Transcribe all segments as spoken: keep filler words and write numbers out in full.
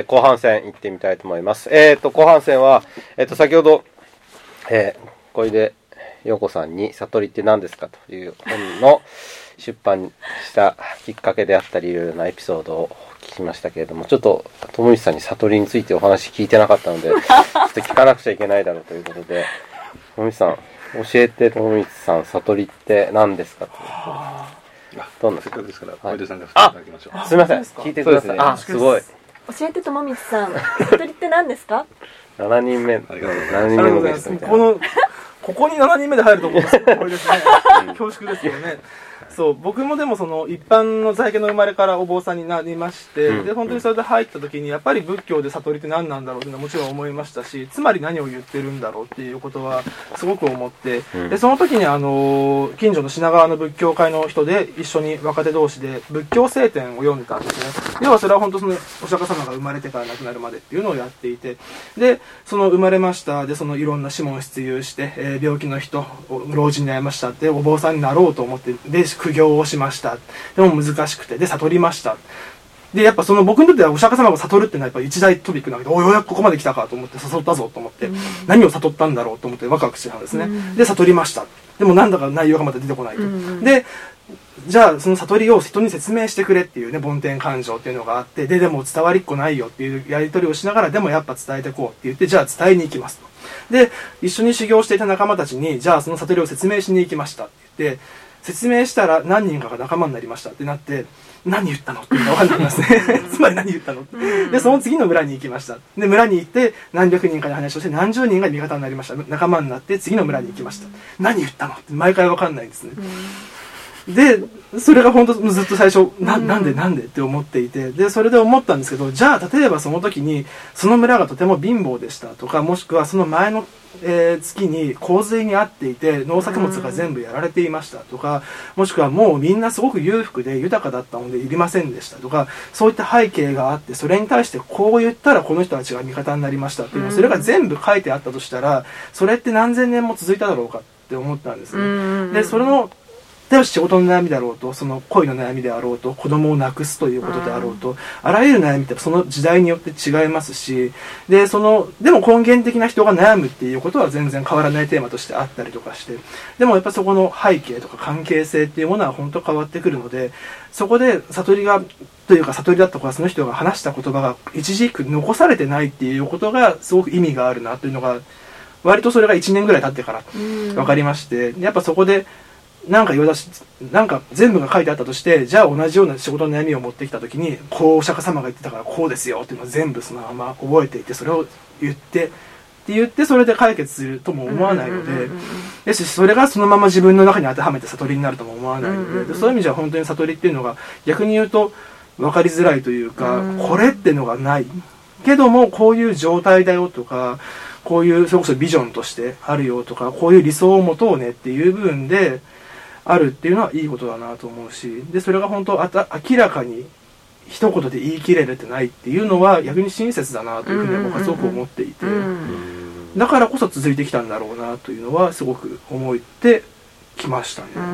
ー、後半戦行ってみたいと思います。えーと、後半戦は、えーと、先ほど、えー、小出陽子さんに悟りって何ですかという本の出版したきっかけであったり、いろいろなエピソードを聞きましたけれども、ちょっと友道さんに悟りについてお話聞いてなかったので、ちょっと聞かなくちゃいけないだろうということで、友道さん、教えて友道さん、悟りって何ですかというどんなせっかくですから、小出さんが振っていただきましょう。 すみません、聞いてください。ね、あ、すごい。 教えて友道さん、悟りって何ですか？ しちにんめ、しちにんめのゲストみたいな。 このここにしちにんめで入ると思うんですけど、これですね。恐縮ですよね。そう、僕もでもその一般の在家の生まれからお坊さんになりまして、うん、で本当にそれで入った時にやっぱり仏教で悟りって何なんだろうっていうのはもちろん思いましたし、つまり何を言ってるんだろうっていうことはすごく思って、うん、でその時にあの近所の品川の仏教会の人で一緒に若手同士で仏教聖典を読んでたんですね。要はそれは本当そのお釈迦様が生まれてから亡くなるまでっていうのをやっていて、でその生まれましたでそのいろんな指紋出遊して、えー、病気の人老人に会いましたってお坊さんになろうと思ってで苦行をしました。でも難しくてで悟りました。でやっぱその僕にとってはお釈迦様が悟るっていうのはやっぱ一大トピックなわけで、おようやくここまで来たかと思って悟ったぞと思って、うん、何を悟ったんだろうと思ってワクワクしてたんですね、うん、で悟りました。でもなんだか内容がまだ出てこないと、うん、でじゃあその悟りを人に説明してくれっていうね梵天感情っていうのがあって、ででも伝わりっこないよっていうやり取りをしながらでもやっぱ伝えてこうって言って、じゃあ伝えに行きますと。で一緒に修行していた仲間たちにじゃあその悟りを説明しに行きましたって言って、説明したら何人かが仲間になりましたってなって、何言ったのっていうのが分かんないますねつまり何言ったのって。でその次の村に行きました。で村に行って何百人かに話をして何十人が味方になりました。仲間になって次の村に行きました。何言ったのって毎回分かんないんですね。でそれが本当ずっと最初 な, なんでなんでって思っていて、でそれで思ったんですけど、じゃあ例えばその時にその村がとても貧乏でしたとか、もしくはその前の、えー、月に洪水に遭っていて農作物が全部やられていましたとか、もしくはもうみんなすごく裕福で豊かだったのでいりませんでしたとか、そういった背景があって、それに対してこう言ったらこの人たちが味方になりましたっていうの、それが全部書いてあったとしたら、それって何千年も続いただろうかって思ったんですね。でそれの例えば仕事の悩みであろうと、その恋の悩みであろうと、子供を亡くすということであろうと、うん、あらゆる悩みってその時代によって違いますし、でそのでも根源的な人が悩むっていうことは全然変わらないテーマとしてあったりとかして、でもやっぱそこの背景とか関係性っていうものは本当変わってくるので、そこで悟りがというか悟りだったかその人が話した言葉が一時期残されてないっていうことがすごく意味があるなというのが、割とそれがいちねんぐらい経ってから分かりまして、やっぱそこでなんか言わだし、なんか全部が書いてあったとして、じゃあ同じような仕事の悩みを持ってきたときに、こうお釈迦様が言ってたからこうですよっていうのを全部そのまま覚えていて、それを言ってって言ってそれで解決するとも思わないので、ですしそれがそのまま自分の中に当てはめて悟りになるとも思わないので、でそういう意味じゃ本当に悟りっていうのが逆に言うと分かりづらいというか、これっていうのがないけどもこういう状態だよとか、こういうそれこそビジョンとしてあるよとか、こういう理想を持とうねっていう部分であるっていうのはいいことだなと思うし、でそれが本当あた明らかに一言で言い切れれてないっていうのは逆に親切だなというふうに僕はすごく思っていて、だからこそ続いてきたんだろうなというのはすごく思ってきましたね。うん、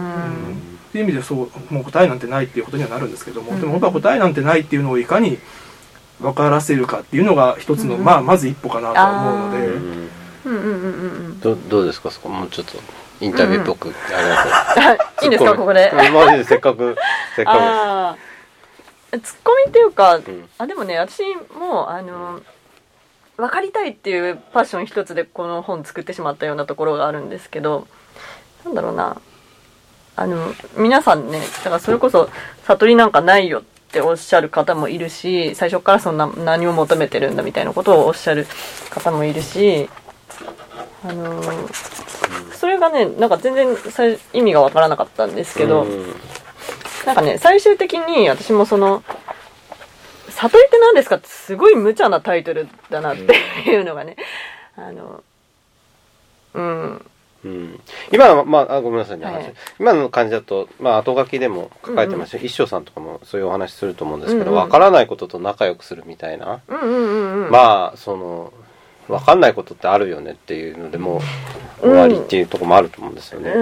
っていう意味でそうもう答えなんてないっていうことにはなるんですけども、でも本当は答えなんてないっていうのをいかに分からせるかっていうのが一つの、まあまず一歩かなと思うので、 どどうですか、そこもうちょっとインタビューっぽく、うん、 あいいんですかここで。 マジでせっかくせっかくツッコミっていうか、うん、あでもね私もあの分かりたいっていうパッション一つでこの本作ってしまったようなところがあるんですけど、なんだろうな、あの皆さんね、だからそれこそ悟りなんかないよっておっしゃる方もいるし、最初からそんな何を求めてるんだみたいなことをおっしゃる方もいるし、あのそれがねなんか全然意味がわからなかったんですけど、なんかね最終的に私もその悟りって何ですかってすごい無茶なタイトルだなっていうのがね、あのうんうん、今の、まあ、ごめんなさいね、はい、今の感じだと、まあ、後書きでも書かれてますし、うんうん、一生さんとかもそういうお話すると思うんですけど、うんうん、分からないことと仲良くするみたいな、 うんうんうん、 まあその分かんないことってあるよねっていうのでもう終わりっていうところもあると思うんですよね、 うんうん、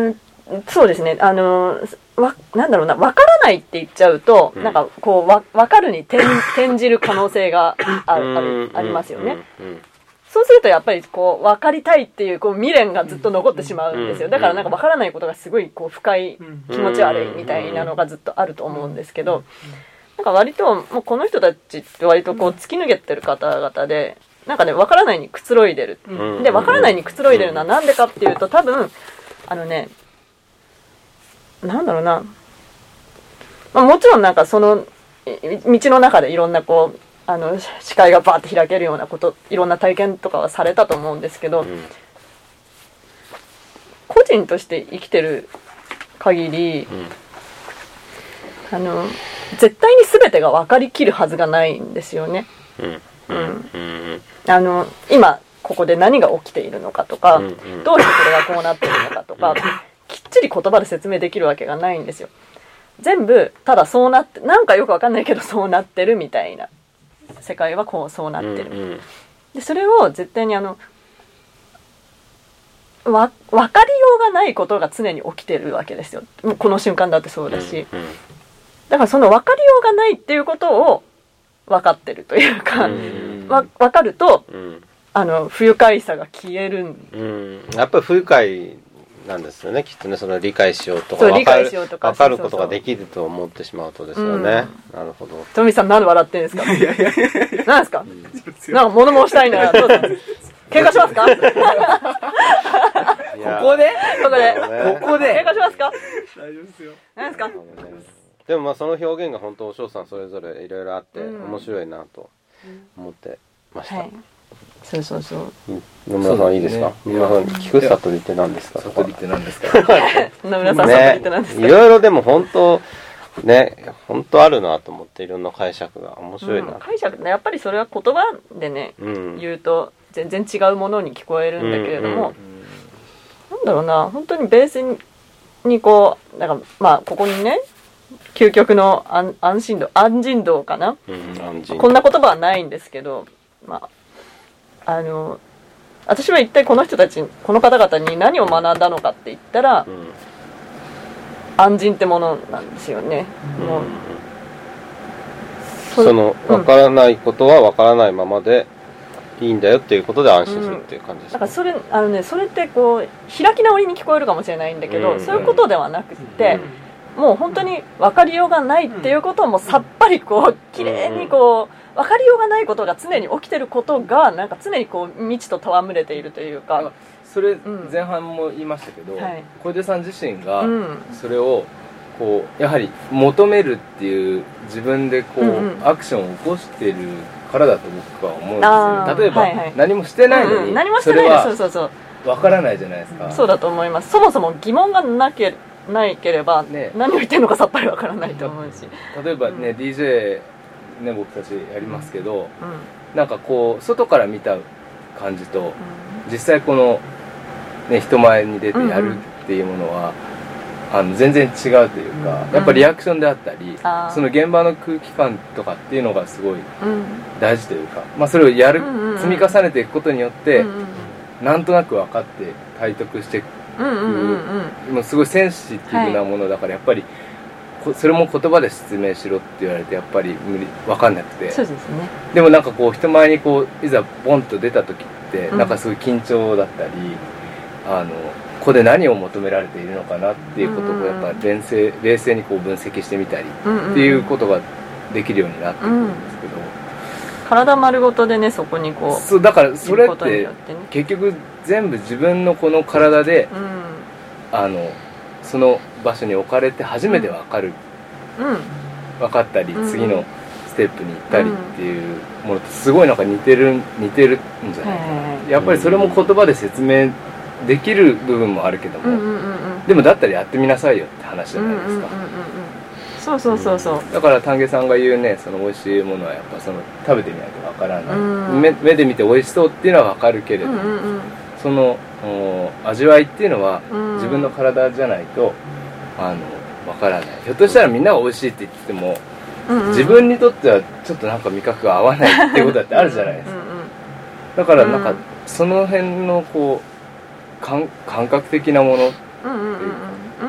そうですね、あのわなんだろうな、分からないって言っちゃうと、うん、なんかこうわ分かるに転転じる可能性が あ, あ, るありますよね。うんうんうん、そうするとやっぱりこう分かりたいっていうこう未練がずっと残ってしまうんですよ。だからなんか分からないことがすごいこう深い気持ち悪いみたいなのがずっとあると思うんですけど、なんか割ともうこの人たちって割とこう突き抜けてる方々で、なんかね分からないにくつろいでる。で分からないにくつろいでるのはなんでかっていうと、多分あのね、なんだろうな、まあ、もちろんなんかその道の中でいろんなこうあの視界がバーって開けるようなこと、いろんな体験とかはされたと思うんですけど、うん、個人として生きてる限り、うん、あの絶対に全てが分かりきるはずがないんですよね。うんうんうん、あの今ここで何が起きているのかとか、うんうん、どうしてこれがこうなってるのかとか、うん、きっちり言葉で説明できるわけがないんですよ。全部ただそうなって、なんかよく分かんないけどそうなってるみたいな、世界はこうそうなってる、うんうん、でそれを絶対にあのわ分かりようがないことが常に起きてるわけですよ。この瞬間だってそうだし、うんうん、だからその分かりようがないっていうことを分かってるというか、うん、わ分かると、うん、あの不愉快さが消える、うん、 やっぱり不愉快なんですよね、きっとね。その理解しようとか分かる、分かることができると思ってしまうとですよね、うん、なるほど。 トミさん何で笑ってんですか？いやいやいや何ですか、うん、なんか物申したいならどうぞ喧嘩しますか？ここでここでここで喧嘩しますか？ 大丈夫ですよ。 何ですか？ でもまあその表現が本当お嬢さんそれぞれいろいろあって面白いなと思ってました、うん、はい、そうそうそう。 野村さんいいですか？野村さん聞く悟りって何ですか？ 悟りって何ですか？ 野村さん、悟りって何ですか？ いろいろでも本当ね、本当あるなと思って、いろんな解釈が面白いな、うん、 解釈ね、やっぱりそれは言葉でね、うん、言うと全然違うものに聞こえるんだけれども、うんうんうん、なんだろうな、本当にベースに、にこうなんかまあここにね、究極の安, 安心度安心度かな、うん、安心度、こんな言葉はないんですけど、まああの私は一体この人たち、この方々に何を学んだのかって言ったら、うん、安心ってものなんですよね、うん、もうその分からないことは分からないままでいいんだよっていうことで安心するっていう感じですか、 うん、だからそれ、あのね、それってこう開き直りに聞こえるかもしれないんだけど、うん、そういうことではなくて、うん、もう本当に分かりようがないっていうことをもうさっぱりこう綺麗にこう分かりようがないことが常に起きてることがなんか常にこう未知と戯れているというか、 それ前半も言いましたけど、うん、はい、小出さん自身がそれをこうやはり求めるっていう自分でこう、うんうん、アクションを起こしてるからだと僕は思うんですよ。例えば、はいはい、何もしてないのに、 何もしてないの、そうそうそう、 分からないじゃないですか。 そうだと思います。そもそも疑問がなけないければ、ね、何を言ってるのかさっぱり分からないと思うし、 例えばね、うん、ディージェー、ね、僕たちやりますけど、うん、なんかこう外から見た感じと、うん、実際この、ね、人前に出てやるっていうものは、うんうん、あの全然違うというか、うん、やっぱりリアクションであったり、うん、その現場の空気感とかっていうのがすごい大事というか、まあ、それをやる、うんうん、積み重ねていくことによって、うんうん、なんとなく分かって体得していく、うんうんうんうん、もうすごいセンシティブなものだから、やっぱりそれも言葉で説明しろって言われてやっぱり無理、分かんなくて、 そうですね。 でもなんかこう人前にこういざボンと出た時ってなんかすごい緊張だったり、うん、あのここで何を求められているのかなっていうことをやっぱ冷静、冷静にこう分析してみたりっていうことができるようになってくるんですけど、うん、 体丸ごとでね、そこにこう、 そうだからそれって、ね、結局全部自分のこの体で、うん、あのその場所に置かれて初めて分かる、うん、分かったり、うん、次のステップに行ったりっていうものとすごいなんか似てる似てるんじゃないかな、うん、やっぱりそれも言葉で説明できる部分もあるけども、うんうんうんうん、でもだったらやってみなさいよって話じゃないですか、うんうんうんうん、 そうそうそうそう、うん、 だから丹下さんが言うね、その美味しいものはやっぱその食べてみないとわからない、うん、目, 目で見て美味しそうっていうのはわかるけれども、うんうんうん、その味わいっていうのは自分の体じゃないとあのわからない。ひょっとしたらみんなが美味しいって言っても、うんうん、自分にとってはちょっとなんか味覚が合わないっていうことだってあるじゃないですか、うんうん、だからなんかその辺のこう感, 感覚的なものっていうか、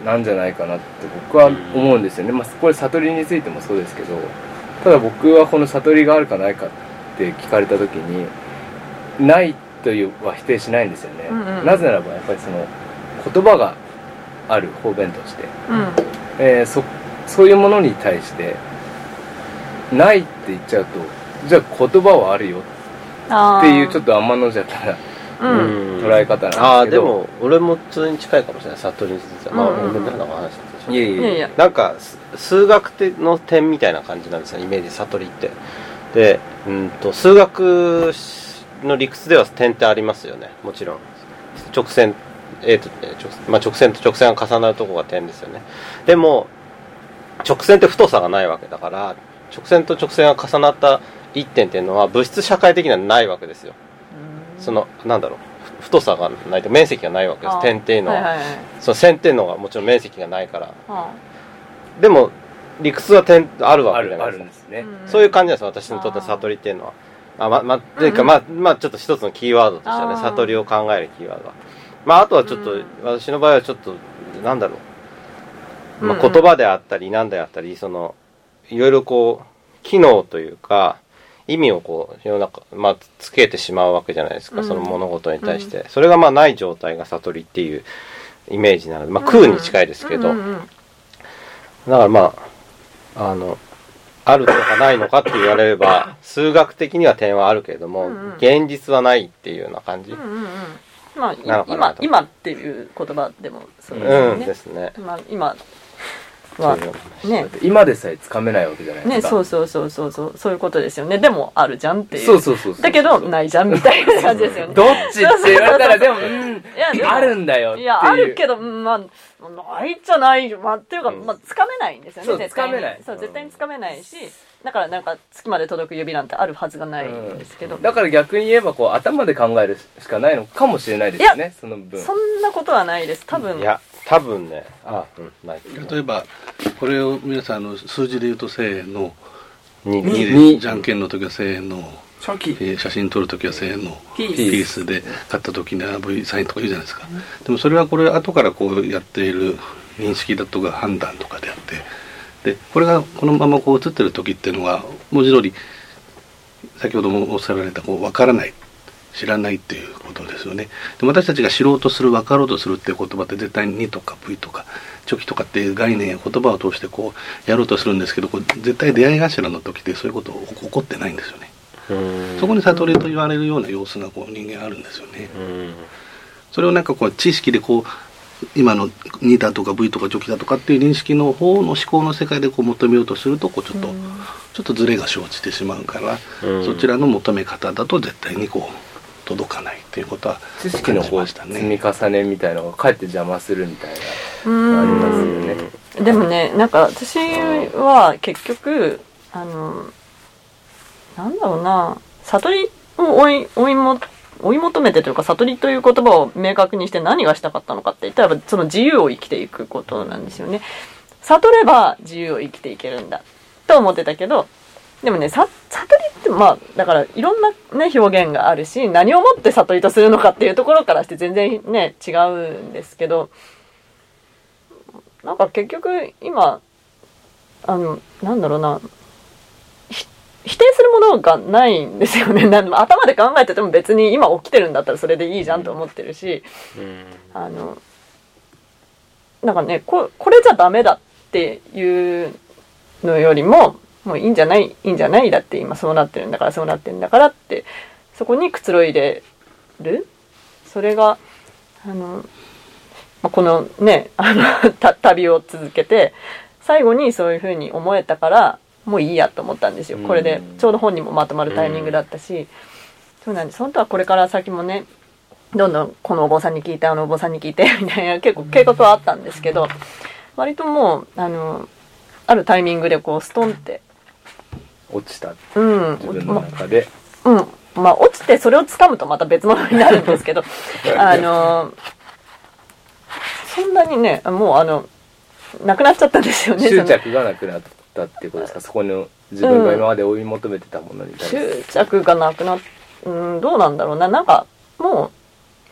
なんじゃないかなって僕は思うんですよね。まあ、これ悟りについてもそうですけど、ただ僕はこの悟りがあるかないかって聞かれた時にないというは否定しないんですよね、うんうん、なぜならばやっぱりその言葉がある方便として、うんえー、そ, そういうものに対してないって言っちゃうと、じゃあ言葉はあるよっていうちょっと天の邪気なうん、捉え方なんですけど、 あでも俺も普通に近いかもしれない、悟りについては、まあ俺みたいな話だったでしょ。いやいやいや、なんか数学の点みたいな感じなんですよ、イメージ悟りって。で、うんと数学の理屈では点ってありますよね、もちろん。直線 A と、まあ、直線と直線が重なるところが点ですよね。でも直線って太さがないわけだから、直線と直線が重なった一点っていうのは物質社会的にはないわけですよ。そのなんだろう、太さがないと面積がないわけです、点っていうのは、はいはいはい、その線っていうのがもちろん面積がないから、はあ、でも理屈は点あるわけじゃないですか。ある、あるんですね。そういう感じなんです、私にとっての悟りっていうのは。あままというか、うんうん、まあまあちょっと一つのキーワードとしてはね、悟りを考えるキーワードは。まああとはちょっと、うん、私の場合はちょっとなんだろう、まあ、言葉であったり何であったり、そのいろいろこう機能というか。意味をこう世の中、まあ、つけてしまうわけじゃないですか、うん、その物事に対して、うん、それがまあない状態が悟りっていうイメージなので、まあ、空に近いですけど、うんうんうん、だからまああのあるとかないのかって言われれば数学的には点はあるけれども、うんうん、現実はないっていうような感じ、うんうんうん、 まあ、今, 今っていう言葉でもそうですね、うん、ですね、まあ、今はね、 今でさえつかめないわけじゃないですか、 ね、そうそうそうそうそうそういうことですよね。でもあるじゃんっていう、 そうそうそうそう、 だけどないじゃんみたいな感じですよね。 どっちって言われたらでも、うん、いやでもあるんだよっていう、 いやあるけど、まあないじゃない、まあ、っていうか、まあ、つかめないんですよね、 そう絶対につかめない、 そう絶対につかめないし、だからなんか月まで届く指なんてあるはずがないんですけど、 うん、だから逆に言えばこう頭で考えるしかないのかもしれないですよね。その分そんなことはないです、多分。 いや多分ね、あ、うん、ない。 例えばこれを皆さんの数字で言うとせーのにでじゃんけんの時はせーの、 えー、写真撮る時はせーのピースで買った時に V サインとか言うじゃないですか、うん、でもそれはこれ後からこうやっている認識だとか判断とかであって、でこれがこのままこう映ってる時っていうのは文字通り先ほどもおっしゃられたこう分からない、知らないっていうことですよね。で私たちが知ろうとする、分かろうとするっていう言葉って絶対ににとか ブイ とかチョキとかっていう概念や言葉を通してこうやろうとするんですけど、これ絶対出会い頭の時でそういうこと起こってないんですよね。そこに悟りと言われるような様子がこう人間あるんですよね。それをなんかこう知識でこう今のにだとか ブイ とかチョキだとかっていう認識の方の思考の世界でこう求めようとするとこうちょっとちょっとズレが生じてしまうから、そちらの求め方だと絶対にこう届かないということは知識のこう積み重ねみたいなのがかえって邪魔するみたいなのありますよね。 でもね、なんか私は結局あのなんだろうな、悟りを追い追いも追い求めてというか、悟りという言葉を明確にして何がしたかったのかって言ったら、その自由を生きていくことなんですよね。悟れば自由を生きていけるんだと思ってたけど、でもね、さ悟りってまあだからいろんなね表現があるし、何をもって悟りとするのかっていうところからして全然ね違うんですけど、なんか結局今あのなんだろうな、否定するものがないんですよね。頭で考えてても別に今起きてるんだったらそれでいいじゃんと思ってるし、あのなんかね こ, これじゃダメだっていうのよりも、もういいんじゃないいいんじゃないだって、今そうなってるんだからそうなってるんだからって、そこにくつろいでる、それがあのこのねあの旅を続けて最後にそういう風に思えたからもういいやと思ったんですよ。これでちょうど本にもまとまるタイミングだったし、そうなんです。本当はこれから先もねどんどんこのお坊さんに聞いてあのお坊さんに聞いてみたいな結構計画はあったんですけど、割ともうあのあるタイミングでこうストンって落ちた、 うん、 自分の中で、 ま、うんまあ落ちてそれを掴むとまた別物になるんですけどあのそんなにねもうあのなくなっちゃったんですよね。 執着がなくなったっていうことですか、そこの自分が今まで追い求めてたものに対して、 うん、執着がなくなっ、うん、どうなんだろうな、なんかも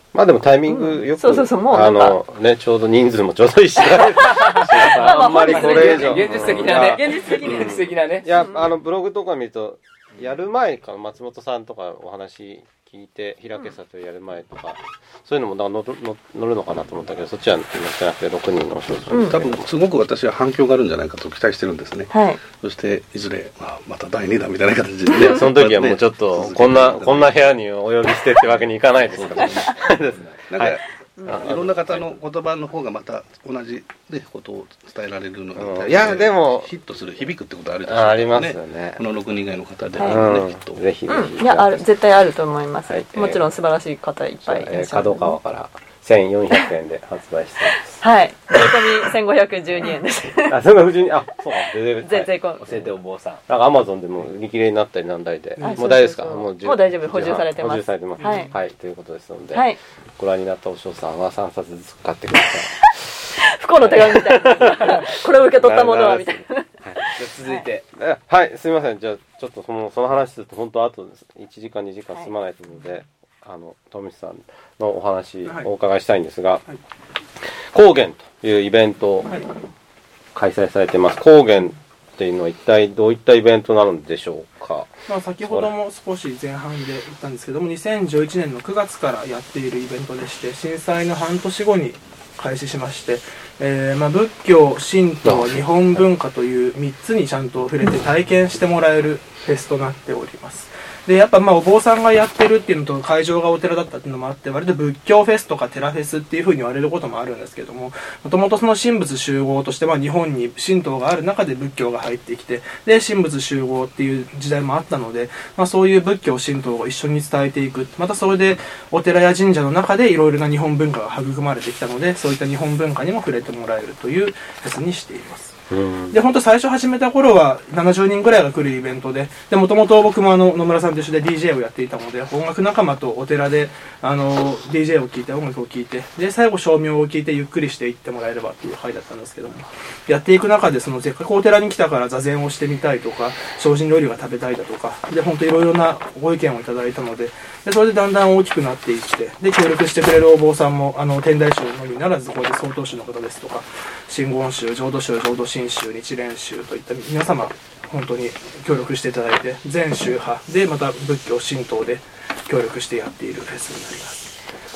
まあでもタイミングよく、 そうそうそうもうなあんかのねちょうど人数もちょうどいいしあんまりこれ以上現実的なね現実的に現実的なねいやあのブログとか見るとやる前か松本さんとかお話聞いて平家里やる前とか、そういうのもなんか乗る、乗るのかなと思ったけどそっちは乗ってなくてろくにんのお少女、 うん、 多分すごく私は反響があるんじゃないかと期待してるんですね、 はい、 そしていずれ、まあ、まただいにだんみたいな形で、ね、 いやその時はもうちょっとこんなこんな部屋にお呼びしてってわけにいかないですからねなんか、はいいろんな方の言葉の方がまた同じ、ね、ことを伝えられるのに、 うん、いやでもヒットする響くってことあるでしょうからね。ありますよね。 このろくにん以外の方で、 はいね、 うん、 きっとぜひぜひ、 うん、いやある絶対あると思います、 はい、 もちろん素晴らしい方いっぱいいらっしゃる、 えー、角川からせんよんひゃくえんで発売していますはい税込みせんごひゃくじゅうにえんですあそんなふうにあそうなんで全然教えてお坊さんなんかアマゾンでも売り切れになったりなんだりで、 うん、 もう大丈夫ですか？ そうそうそうもうもう大丈夫補充されてます補充されてます、 はい、 はい、ということですので、 はい、 ご覧になったお嬢さんはさんさつずつ買ってください不幸の手紙みたいなこれを受け取ったものはみたいな、はい、 じゃあ続いてはいすみませんじゃあちょっとそのその話すると本当あといちじかんにじかん済まないと思うので、はい、あの富さんのお話をお伺いしたいんですが、はいはい、高原というイベントを開催されてます。高原っていうのは一体どういったイベントなのでしょうか？ まあ、先ほども少し前半で言ったんですけどもにせんじゅういちねんのくがつからやっているイベントでして震災の半年後に開始しまして、えーまあ、仏教、神道、日本文化というみっつにちゃんと触れて体験してもらえるフェスとなっております。でやっぱまあお坊さんがやってるっていうのと会場がお寺だったっていうのもあって割と仏教フェスとか寺フェスっていう風に言われることもあるんですけどももともとその神仏集合としてまあ日本に神道がある中で仏教が入ってきてで神仏集合っていう時代もあったので、まあ、そういう仏教神道を一緒に伝えていくまたそれでお寺や神社の中でいろいろな日本文化が育まれてきたのでそういった日本文化にも触れてもらえるというフェスにしています。で本当最初始めた頃はななじゅうにんぐらいが来るイベントでもともと僕もあの野村さんと一緒で ディージェー をやっていたので音楽仲間とお寺であの ディージェー を聴いて音楽を聴いてで最後照明を聴いてゆっくりしていってもらえればっていう回だったんですけどもやっていく中でそのせっかくお寺に来たから座禅をしてみたいとか精進料理が食べたいだとかで本当いろいろなご意見をいただいたのででそれでだんだん大きくなっていってで協力してくれるお坊さんもあの天台宗のみならずここで曹洞宗の方ですとか真言宗浄土宗浄土真宗日蓮宗といった皆様本当に協力していただいて全宗派でまた仏教神道で協力してやっているフェスになります。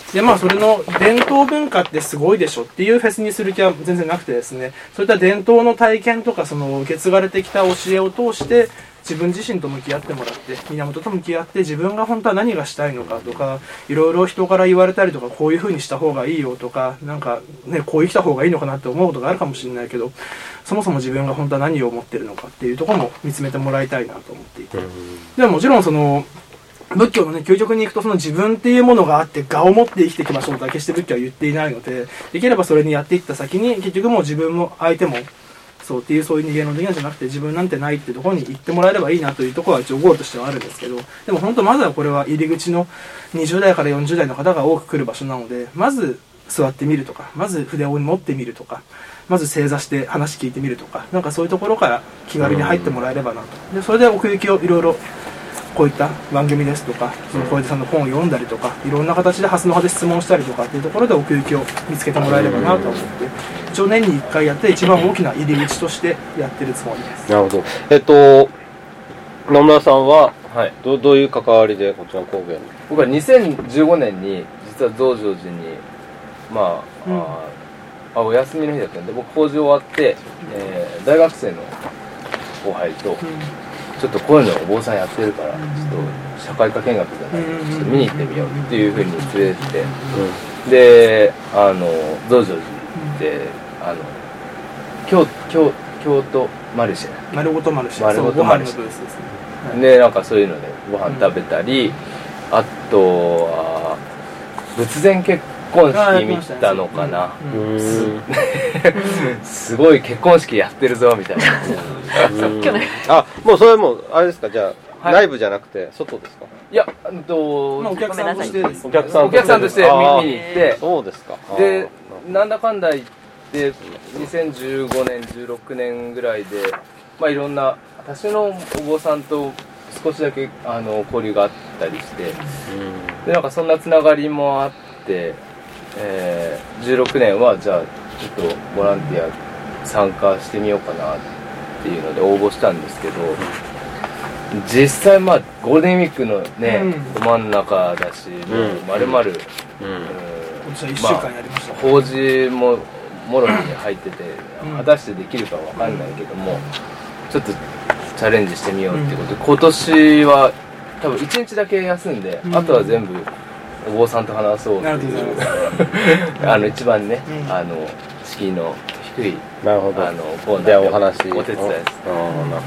でまあそれの伝統文化ってすごいでしょっていうフェスにする気は全然なくてですねそういった伝統の体験とかその受け継がれてきた教えを通して自分自身と向き合ってもらって源と向き合って自分が本当は何がしたいのかとかいろいろ人から言われたりとかこういう風にした方がいいよとかなんかねこう生きた方がいいのかなって思うことがあるかもしれないけどそもそも自分が本当は何を思ってるのかっていうところも見つめてもらいたいなと思っていてでももちろんその仏教のね究極に行くとその自分っていうものがあって我を持って生きていきましょうとは決して仏教は言っていないのでできればそれにやっていった先に結局もう自分も相手もそうっていうそういう人間の人間じゃなくて自分なんてないってところに行ってもらえればいいなというところは一応ゴールとしてはあるんですけどでも本当まずはこれは入り口のにじゅう代からよんじゅう代の方が多く来る場所なのでまず座ってみるとかまず筆を持ってみるとかまず正座して話聞いてみるとかなんかそういうところから気軽に入ってもらえればなとでそれで奥行きをいろいろこういった番組ですとかその小出さんの本を読んだりとかいろんな形でハスの葉で質問したりとかっていうところで奥行きを見つけてもらえればなと思って一応年にいっかいやって一番大きな入り口としてやってるつもりです。 なるほど。えっと野村さんははい、 ど, どういう関わりでこちらの高原に僕はにせんじゅうごねんに実は増上寺にまあ、うん、ああお休みの日だったんで僕法事終わって、えー、大学生の後輩と、うんちょっとこういうのお坊さんやってるからちょっと社会科見学じゃないけどちょっと見に行ってみようっていうふうに連れてって、うん、であの増上寺であの京京京都マルシェ丸ごとマルシェ丸ごとマルシェでなんかそういうのでご飯食べたり、うん、あとは仏前結婚式見たのかな、うん、す, すごい結婚式やってるぞみたいなあもうそれはもうあれですかじゃあ、はい、ライブじゃなくて外ですかいや、うんとまあ、お客さんとしてですお客さんお客さんとして見に行ってそうですかでなんだかんだ言ってにせんじゅうごねんじゅうろくねんぐらいでまあいろんな私のお坊さんと少しだけあの交流があったりして、うん、でなんかそんなつながりもあって 、えー、じゅうろくねんはじゃあちょっとボランティア参加してみようかなっていうので応募したんですけど、実際まあゴールデンウィークのね、うん、ど真ん中だし、もう丸々、うんうん、 今年はいっしゅうかんやりました、 まあ、法事ももろに入ってて、うん、果たしてできるかわかんないけども、ちょっとチャレンジしてみようっていうことで、うん、今年は多分いちにちだけ休んで、うん、あとは全部お坊さんと話そうっていうあの一番ね、うん、あの敷居の低いなるほどあのコーナーでお話お手伝いです。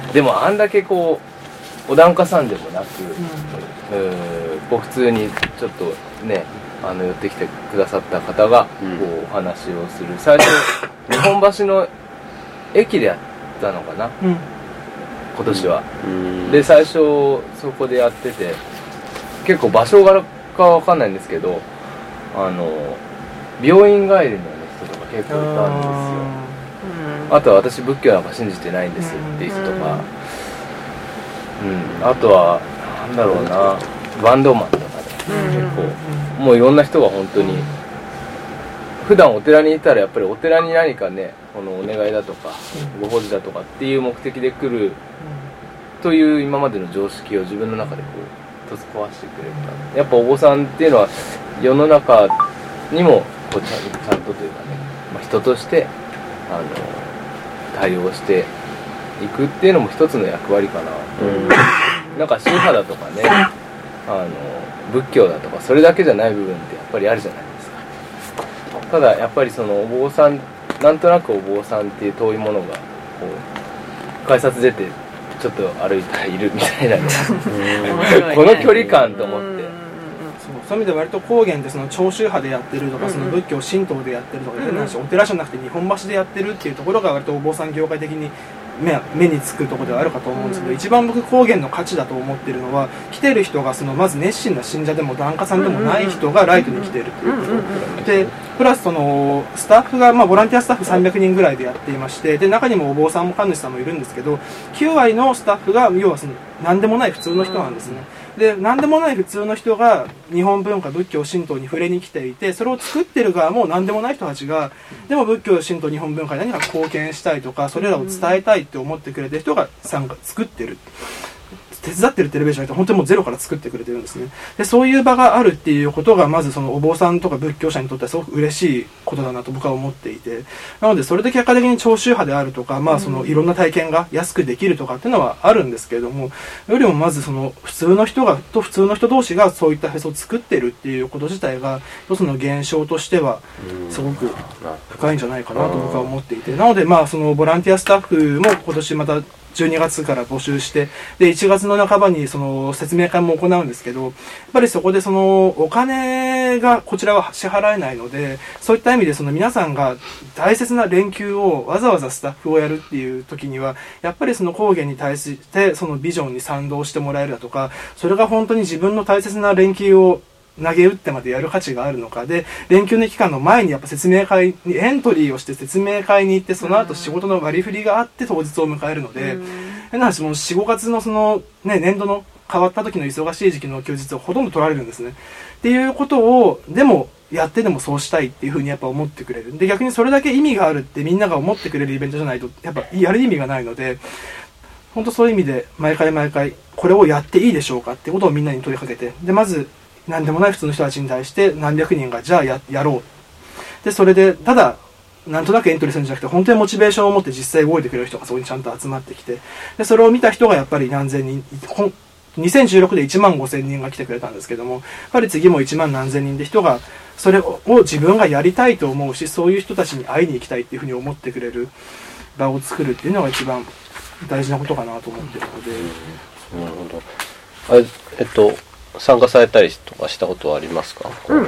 でもあんだけこうお檀家さんでもなく、うん、こう普通にちょっとねあの寄ってきてくださった方がこうお話をする、最初日本橋の駅でやったのかな、うん、今年は、うん、で最初そこでやってて、結構場所柄かわかんないんですけど、あの病院帰りの、ね、人とか結構いたんですよ。あ, あとは私仏教なんか信じてないんですっていう人とか、うん、あとはなんだろうな、バンドマンとかで、ね、結構もういろんな人が本当に普段お寺にいたらやっぱりお寺に何かね、このお願いだとかご法事だとかっていう目的で来るという今までの常識を自分の中でこう一つ壊してくれた。やっぱお坊さんっていうのは世の中にもこうちゃんと、ちゃんとというかね、まあ、人としてあの対応していくっていうのも一つの役割かな、うん、なんか宗派だとかね、あの仏教だとかそれだけじゃない部分ってやっぱりあるじゃないですか。ただやっぱりそのお坊さん、なんとなくお坊さんっていう遠いものがこう改札出てちょっと歩いたらいるみたいなねこの距離感と思って、 そういう意味で割と高原ってその長宗派でやってるとか、その仏教神道でやってるとか、変な話、お寺じゃなくて日本橋でやってるっていうところが割とお坊さん業界的に目, 目につくところではあるかと思うんですけど、一番僕高原の価値だと思ってるのは、来てる人がそのまず熱心な信者でも檀家さんでもない人がライトに来てるっていうことで、プラスそのスタッフが、まあ、ボランティアスタッフさんびゃくにんぐらいでやっていまして、で中にもお坊さんも神主さんもいるんですけど、きゅうわりのスタッフが要はその何でもない普通の人なんですね。で何でもない普通の人が日本文化仏教神道に触れに来ていて、それを作ってる側も何でもない人たちがでも仏教神道日本文化に何か貢献したいとか、それらを伝えたいって思ってくれてる人が参加作ってる、手伝ってるテレビじゃなくて本当にもうゼロから作ってくれてるんですね。でそういう場があるっていうことがまずそのお坊さんとか仏教者にとってはすごく嬉しいことだなと僕は思っていて、なのでそれで結果的に長宗派であるとか、まあそのいろんな体験が安くできるとかっていうのはあるんですけれども、よりもまずその普通の人がと普通の人同士がそういったフェスを作ってるっていうこと自体が一つの現象としてはすごく深いんじゃないかなと僕は思っていて、なのでまあそのボランティアスタッフも今年またじゅうにがつから募集して、でいちがつの半ばにその説明会も行うんですけど、やっぱりそこでそのお金がこちらは支払えないので、そういった意味でその皆さんが大切な連休をわざわざスタッフをやるっていう時には、やっぱりその高原に対してそのビジョンに賛同してもらえるだとか、それが本当に自分の大切な連休を投げ打ってまでやる価値があるのかで、連休の期間の前にやっぱ説明会にエントリーをして説明会に行って、その後仕事の割り振りがあって当日を迎えるので、変な話もうよん、ごがつのそのね年度の変わった時の忙しい時期の休日をほとんど取られるんですね。っていうことをでもやってでもそうしたいっていうふうにやっぱ思ってくれる。で逆にそれだけ意味があるってみんなが思ってくれるイベントじゃないとやっぱやる意味がないので、本当そういう意味で毎回毎回これをやっていいでしょうかってことをみんなに問いかけて、でまず何でもない普通の人たちに対して何百人がじゃあ や, やろうで、それでただなんとなくエントリーするんじゃなくて本当にモチベーションを持って実際動いてくれる人がそこにちゃんと集まってきて、でそれを見た人がやっぱり何千人、にせんじゅうろくでいちまんごせんにんが来てくれたんですけども、やっぱり次もいちまん何千人で人がそれを自分がやりたいと思うし、そういう人たちに会いに行きたいっていうふうに思ってくれる場を作るっていうのが一番大事なことかなと思ってるので、 うん、なるほど。あれえっと参加されたりとかしたことはありますか？ うん、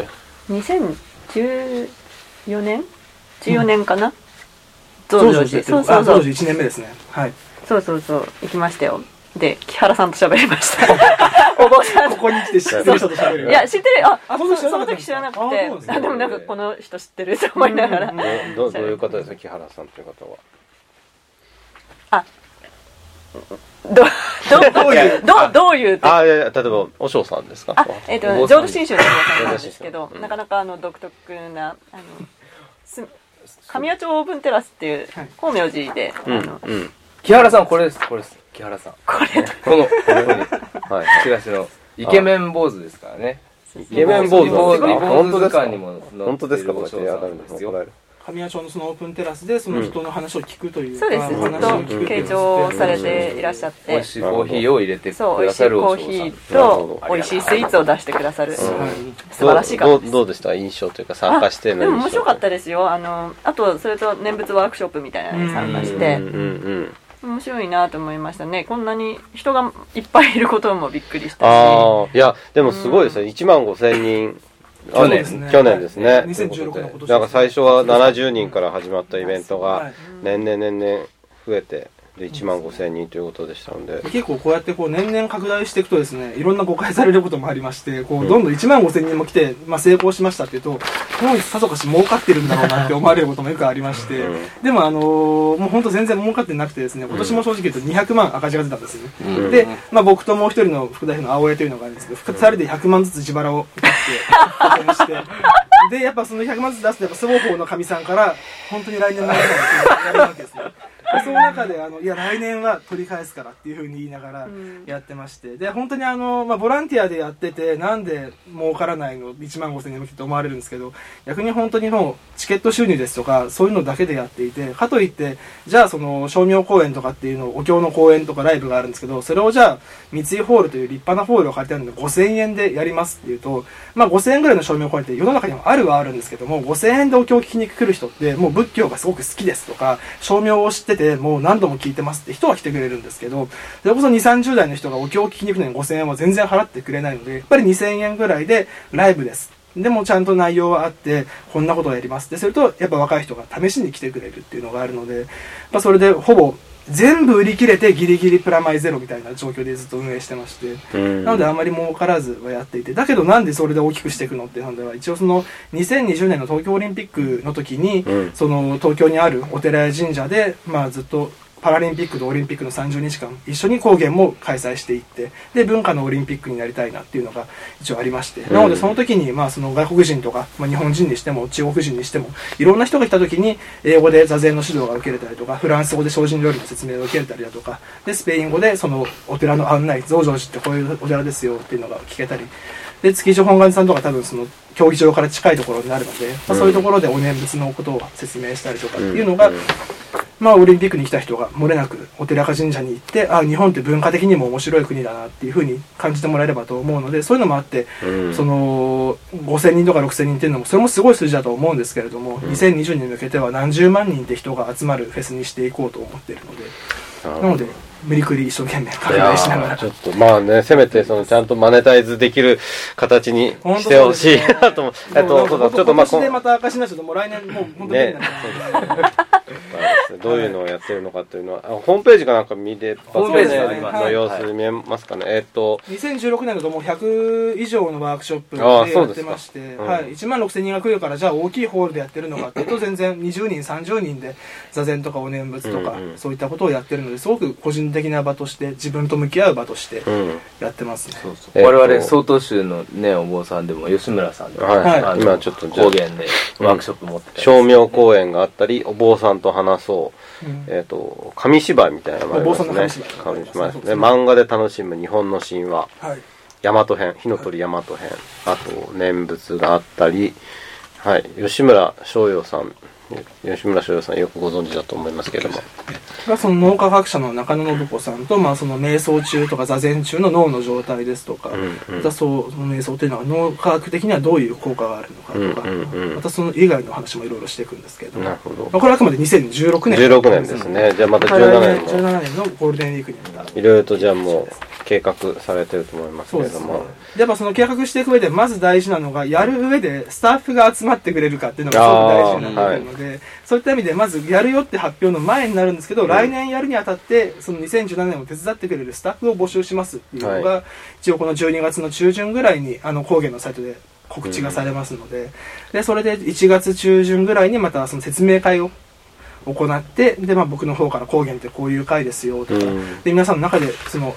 にせんじゅうよねんじゅうよねんかな、 増上寺、そうそうそう、増上寺いちねんめですね。はい。 そうそうそう行きましたよ。で木原さんと喋りましたお坊さんここに来て知ってる人と喋る。 いや知ってる、あ、 あそ, その時知らなくて、あ, あでもなんかこの人知ってると思いながら、うんうんうん、ど, どういう方ですか木原さんという方は。 あどどういうどうどういうあ、いやいや、例えばお嬢さんですか。 あ、えっ、ー、と浄土真宗のお坊さんなんですけど、なかなかあの独特なあのす神谷町オーブンテラスっていう光明寺で、 うんあの、 うん、 木原さんこれですこれです木原さんこれこのここにはいチラシのイケメン坊主ですからね。 イケメン坊主坊主本当ですか。 にも本当ですか。これそうなんですよ。 神谷町のそのオープンテラスでその人の話を聞くというか、 そうです。ずっと傾聴されていらっしゃって、 美味しいコーヒーを入れてくださるそう、美味しいコーヒーと美味しいスイーツを出してくださる、うん、素晴らしい方です。 どうでした印象というか参加しての印象。 でも面白かったですよ。あのあとそれと念仏ワークショップみたいなのに参加して、うんうんうん面白いなと思いましたね。こんなに人がいっぱいいることもびっくりしたし。 ああ、いやでもすごいですね。いちまんごせんにん。 去年ですね。 去年ですね。 にせんじゅうろくねんの今年。 なんか最初はななじゅうにんから始まったイベントが年々年々増えて。でいちまんごせんにんということでしたので、 結構こうやってこう年々拡大していくとですね、いろんな誤解されることもありまして、こうどんどんいちまんごせんにんも来て、まあ、成功しましたっていうと、もうさぞかし儲かってるんだろうなって思われることもよくありまして、うん、でもあのー、もう本当全然儲かってなくてですね、今年も正直言うとにひゃくまん赤字が出たんですよね。うん、で、まあ、僕ともう一人の副代表の青江というのがあるんですけど、ふたりでひゃくまんずつ自腹を出して、で、やっぱそのひゃくまんずつ出すと、やっぱ双方の神さんから、本当に来年の間にやるわけですね。その中であのいや来年は取り返すからっていうふうに言いながらやってまして、で本当にあの、まあ、ボランティアでやっててなんで儲からないのいちまんごせんにんも来てと思われるんですけど、逆に本当にもうチケット収入ですとかそういうのだけでやっていて、かといってじゃあその称名公演とかっていうのお経の公演とかライブがあるんですけど、それをじゃあ三井ホールという立派なホールを借りてあるのでごせんえんでやりますっていうと、まあごせんえんぐらいの称名公演って世の中にもあるはあるんですけども、ごせんえんでお経を聞きに来る人ってもう仏教がすごく好きですとか称名を知っててもう何度も聞いてますって人は来てくれるんですけど、それこそにじゅう、さんじゅう代の人がお経を聞きに行くのにごせんえんは全然払ってくれないので、やっぱりにせんえんぐらいでライブです。でもちゃんと内容はあってこんなことをやりますってするとやっぱ若い人が試しに来てくれるっていうのがあるので、やっぱそれでほぼ全部売り切れてギリギリプラマイゼロみたいな状況でずっと運営してまして、なのであまり儲からずはやっていて、だけどなんでそれで大きくしていくのっていうのでは、一応そのにせんにじゅうねんの東京オリンピックの時に、その東京にあるお寺や神社でまあずっとパラリンピックとオリンピックのさんじゅうにちかん一緒に講演も開催していって、で文化のオリンピックになりたいなっていうのが一応ありまして、なのでその時にまあその外国人とか、まあ、日本人にしても中国人にしてもいろんな人が来た時に英語で座禅の指導が受けれたりとか、フランス語で精進料理の説明を受けれたりだとかで、スペイン語でそのお寺の案内、増上寺ってこういうお寺ですよっていうのが聞けたりで、築地本願寺さんとか多分その競技場から近いところになるので、まあ、そういうところでお念仏のことを説明したりとかっていうのが、まあ、オリンピックに来た人が漏れなくお寺か神社に行って、あ、日本って文化的にも面白い国だなっていうふうに感じてもらえればと思うので、そういうのもあって、うん、そのごせんにんとかろくせんにんっていうのもそれもすごい数字だと思うんですけれども、うん、にせんにじゅうねんに向けては何十万人って人が集まるフェスにしていこうと思っているので、なので無理くり一生懸命拡大しながら、 ちょっとまあね、せめてそのちゃんとマネタイズできる形にしてほしいなと思う。えっと、そうだ、ちょっとまあ今年でまた赤字になっちゃうともう来年もう本当にね、 どういうのをやってるのかというのは、ホームページかなんか見れば、 ホームページの様子見えますかね。えっとにせんじゅうろくねんだともうひゃくいじょうのワークショップでやってまして、はい、いちまんろくせんにんが来るからじゃあ大きいホールでやってるのかっていうと、全然にじゅうにんさんじゅうにんで座禅とかお念仏とかそういったことをやってるので、すごく個人的な場として自分と向き合う場としてやってますね。 そうそう、我々曹洞宗のねお坊さんでも吉村さんでも、はい、 今ちょっと講演でワークショップ持ってたり、 称名講演があったり、お坊さんと話そう、うん、えっ、ー、と紙芝居みたいなのもありますね。紙芝居ですね。漫画で楽しむ日本の神話、はい、大和編、火の鳥大和編、あと念仏があったり、はい、吉村逍遥さん。吉村逍遥さんよくご存知だと思いますけれども、 その脳科学者の中野信子さんと、まあ、その瞑想中とか座禅中の脳の状態ですとか、うんうん、またそうその瞑想というのは脳科学的にはどういう効果があるのかとか、うんうんうん、またその以外の話もいろいろしていくんですけれども、なるほど、まあ、これはあくまでにせんじゅうろくねんじゅうろくねんですね。じゃあまたじゅうななねんのじゅうななねんのゴールデンウィークにまたいろいろとじゃあもう計画されてると思いますけれども、ね、 やっぱその計画していく上でまず大事なのが、やる上でスタッフが集まってくれるかっていうのがすごく大事になってくるので、はい、そういった意味でまずやるよって発表の前になるんですけど、うん、来年やるにあたってそのにせんじゅうななねんを手伝ってくれるスタッフを募集しますっていうのが、はい、一応このじゅうにがつの中旬ぐらいにあの講義のサイトで告知がされますので、うん、でそれでいちがつちゅうじゅんぐらいにまたその説明会を行って、で、まあ、僕の方から講義ってこういう会ですよとか、うん、で皆さんの中でその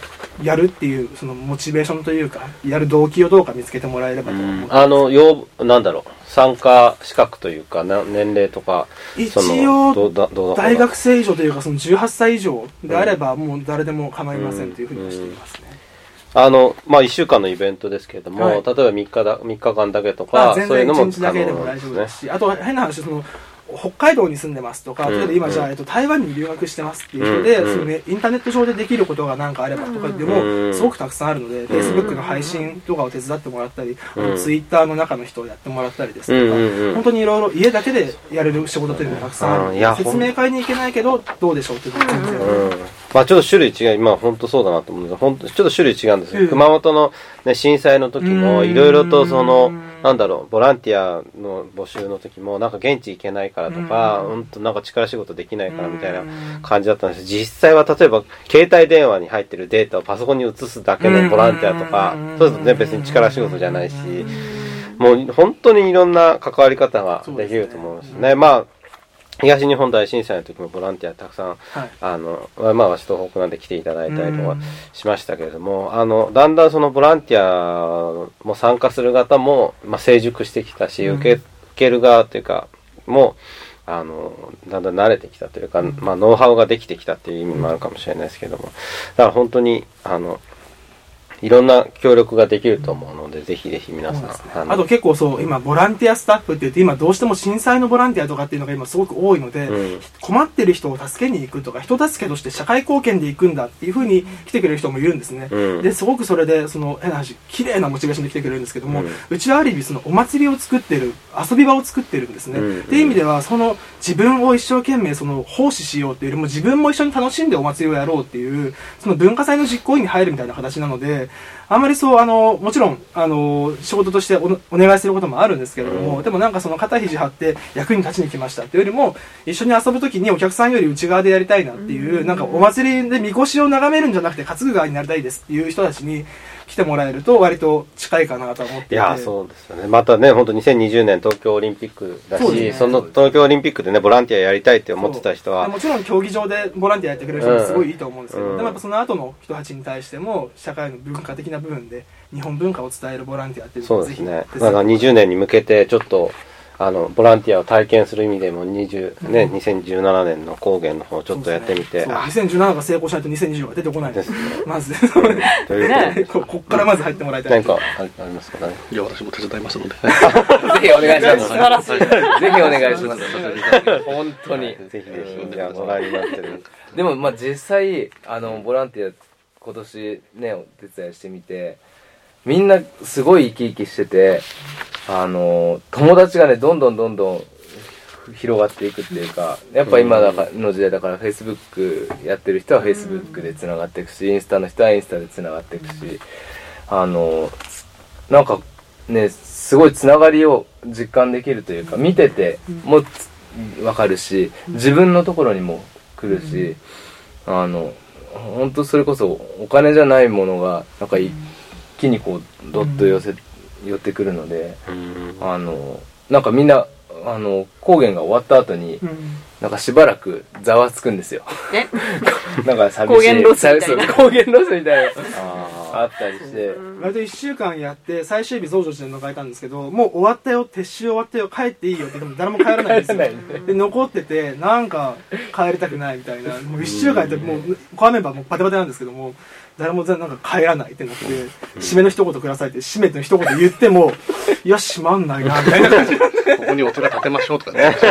やるっていうそのモチベーションというかやる動機をどうか見つけてもらえればと思って、 うん、あの要なんだろう参加資格というかな年齢とか一応どどど大学生以上というかそのじゅうはっさい以上であればもう誰でも構いませんというふうにはしていますね。 あのまあいっしゅうかんのイベントですけれども、 はい、 例えばみっかだみっかかんだけとか、 全然いちにちだけでも大丈夫ですし、あと変な話その北海道に住んでますとか、例えば今じゃあ、えっと、台湾に留学してますっていう人で、うんそのね、インターネット上でできることが何かあればとかでもすごくたくさんあるので、Facebook の配信とかを手伝ってもらったり、あの Twitter の中の人をやってもらったりですとか、本当にいろいろ家だけでやれる仕事というのがたくさんあるので、説明会に行けないけどどうでしょうっていうのが全然ある。 まあちょっと種類違う、今本当そうだなと思うんです本当ちょっと種類違うんですよ、うん、熊本の、ね、震災の時もいろいろとそのなんだろうボランティアの募集の時もなんか現地行けないからとか本当なんか力仕事できないからみたいな感じだったんです。実際は例えば携帯電話に入ってるデータをパソコンに移すだけのボランティアとかそうするとね別に力仕事じゃないしもう本当にいろんな関わり方ができると思うんですね。まあ東日本大震災の時もボランティアたくさん、はい、あのまあ私東北なんで来ていただいたりとかしましたけれども、あのだんだんそのボランティアも参加する方も、まあ、成熟してきたし、受け、受ける側というかもあのだんだん慣れてきたというか、まあ、ノウハウができてきたっていう意味もあるかもしれないですけども、だから本当にあのいろんな協力ができると思うので、ぜひぜひ皆さん、 ね、あ, あと結構そう今ボランティアスタッフって言って今どうしても震災のボランティアとかっていうのが今すごく多いので、うん、困ってる人を助けに行くとか人助けとして社会貢献で行くんだっていう風に来てくれる人もいるんですね、うん、ですごくそれでその変な話綺麗なモチベーションで来てくれるんですけども、うん、うちはある意味そのお祭りを作ってる遊び場を作ってるんですね、うん、っていう意味ではその自分を一生懸命その奉仕しようっていうよりも自分も一緒に楽しんでお祭りをやろうっていうその文化祭の実行委員に入るみたいな形なので、あんまりそうあのもちろんあの仕事として お, お願いすることもあるんですけれども、うん、でもなんかその肩肘張って役に立ちに来ましたっていうよりも一緒に遊ぶときにお客さんより内側でやりたいなっていう、うん、なんかお祭りでみこしを眺めるんじゃなくて担ぐ側になりたいですっていう人たちに来てもらえると割と近いかなと思っていて、 いやそうですよね。またね本当にせんにじゅうねん東京オリンピックだし そ,、ね、その東京オリンピックでねボランティアやりたいって思ってた人はもちろん競技場でボランティアやってくれる人もすごいいいと思うんですけど、うん、でもやっぱその後の人たちに対しても社会の文化的な部分で日本文化を伝えるボランティアっていうのをぜひそうですね。だからにじゅうねんに向けてちょっとあのボランティアを体験する意味でもにじゅう、ねうん、にせんじゅうななねんの高原の方をちょっとやってみて、 ね、にせんじゅうななが成功しないとにせんにじゅうが出てこないですね。まずねここからまず入ってもらいたい。 何かありますかね。 いや私も手伝いますのでぜひお願いします。素晴らしい。ぜひお願いします。本当にぜひぜひじゃあご覧になってる。 でもまあ実際あのボランティア今年ねお手伝いしてみてみんなすごい生き生きしててあの友達がねどんどんどんどん広がっていくっていうかやっぱ今の時代だから Facebook やってる人は Facebook でつながっていくしインスタの人はインスタでつながっていくしあのなんかねすごいつながりを実感できるというか見てても分かるし自分のところにも来るしあの本当それこそお金じゃないものがなんか一気にこうどっと寄せ寄ってくるのであのなんかみんなあの高原が終わった後に、うん、なんかしばらくざわつくんですよ。 えなんか寂しい高原ロスみたいな高原ロスみたいなあったりして割といっしゅうかんやって最終日増上寺で迎えたんですけどもう終わったよ撤収終わったよ帰っていいよって言っても誰も帰らないんですよで残っててなんか帰りたくないみたいなもういっしゅうかんやってもうコアメンバーもバテバテなんですけども誰もなんか帰らないってなって締めの一言くださいって締めの一言言ってもいや閉まんないなみたいな感じなんでここに音が立てましょうとかね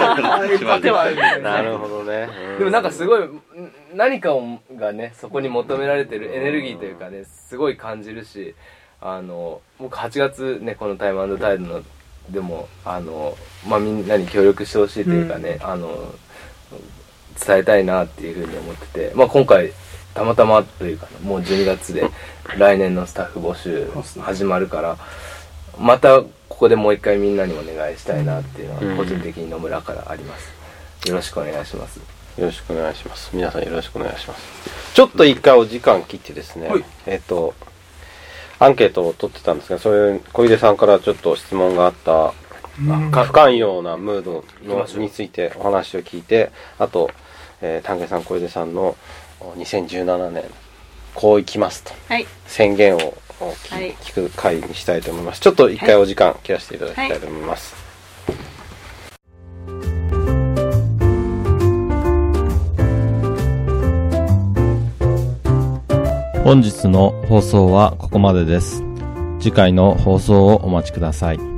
なるほどね、 うん、でもなんかすごい何かがねそこに求められてるエネルギーというかねすごい感じるしあの僕はちがつねこのタイム&タイドのでもあの、まあ、みんなに協力してほしいというかね、うん、あの伝えたいなっていうふうに思ってて、まあ、今回たまたまというかもうじゅうにがつで来年のスタッフ募集始まるからまたここでもう一回みんなにお願いしたいなっていうのは個人的に野村からあります。よろしくお願いします。 よろしくお願いします。皆さんよろしくお願いします。ちょっと一回お時間切ってですね、はい、えっとアンケートを取ってたんですが、それ小出さんからちょっと質問があった不寛容なムードのについてお話を聞いて、あと、えー、丹下さん小出さんのにせんじゅうななねんこういきますと、 はい、 宣言を聞く回にしたいと思います。ちょっと一回お時間切らせていただきたいと思います。 はい、本日の放送はここまでです。次回の放送をお待ちください。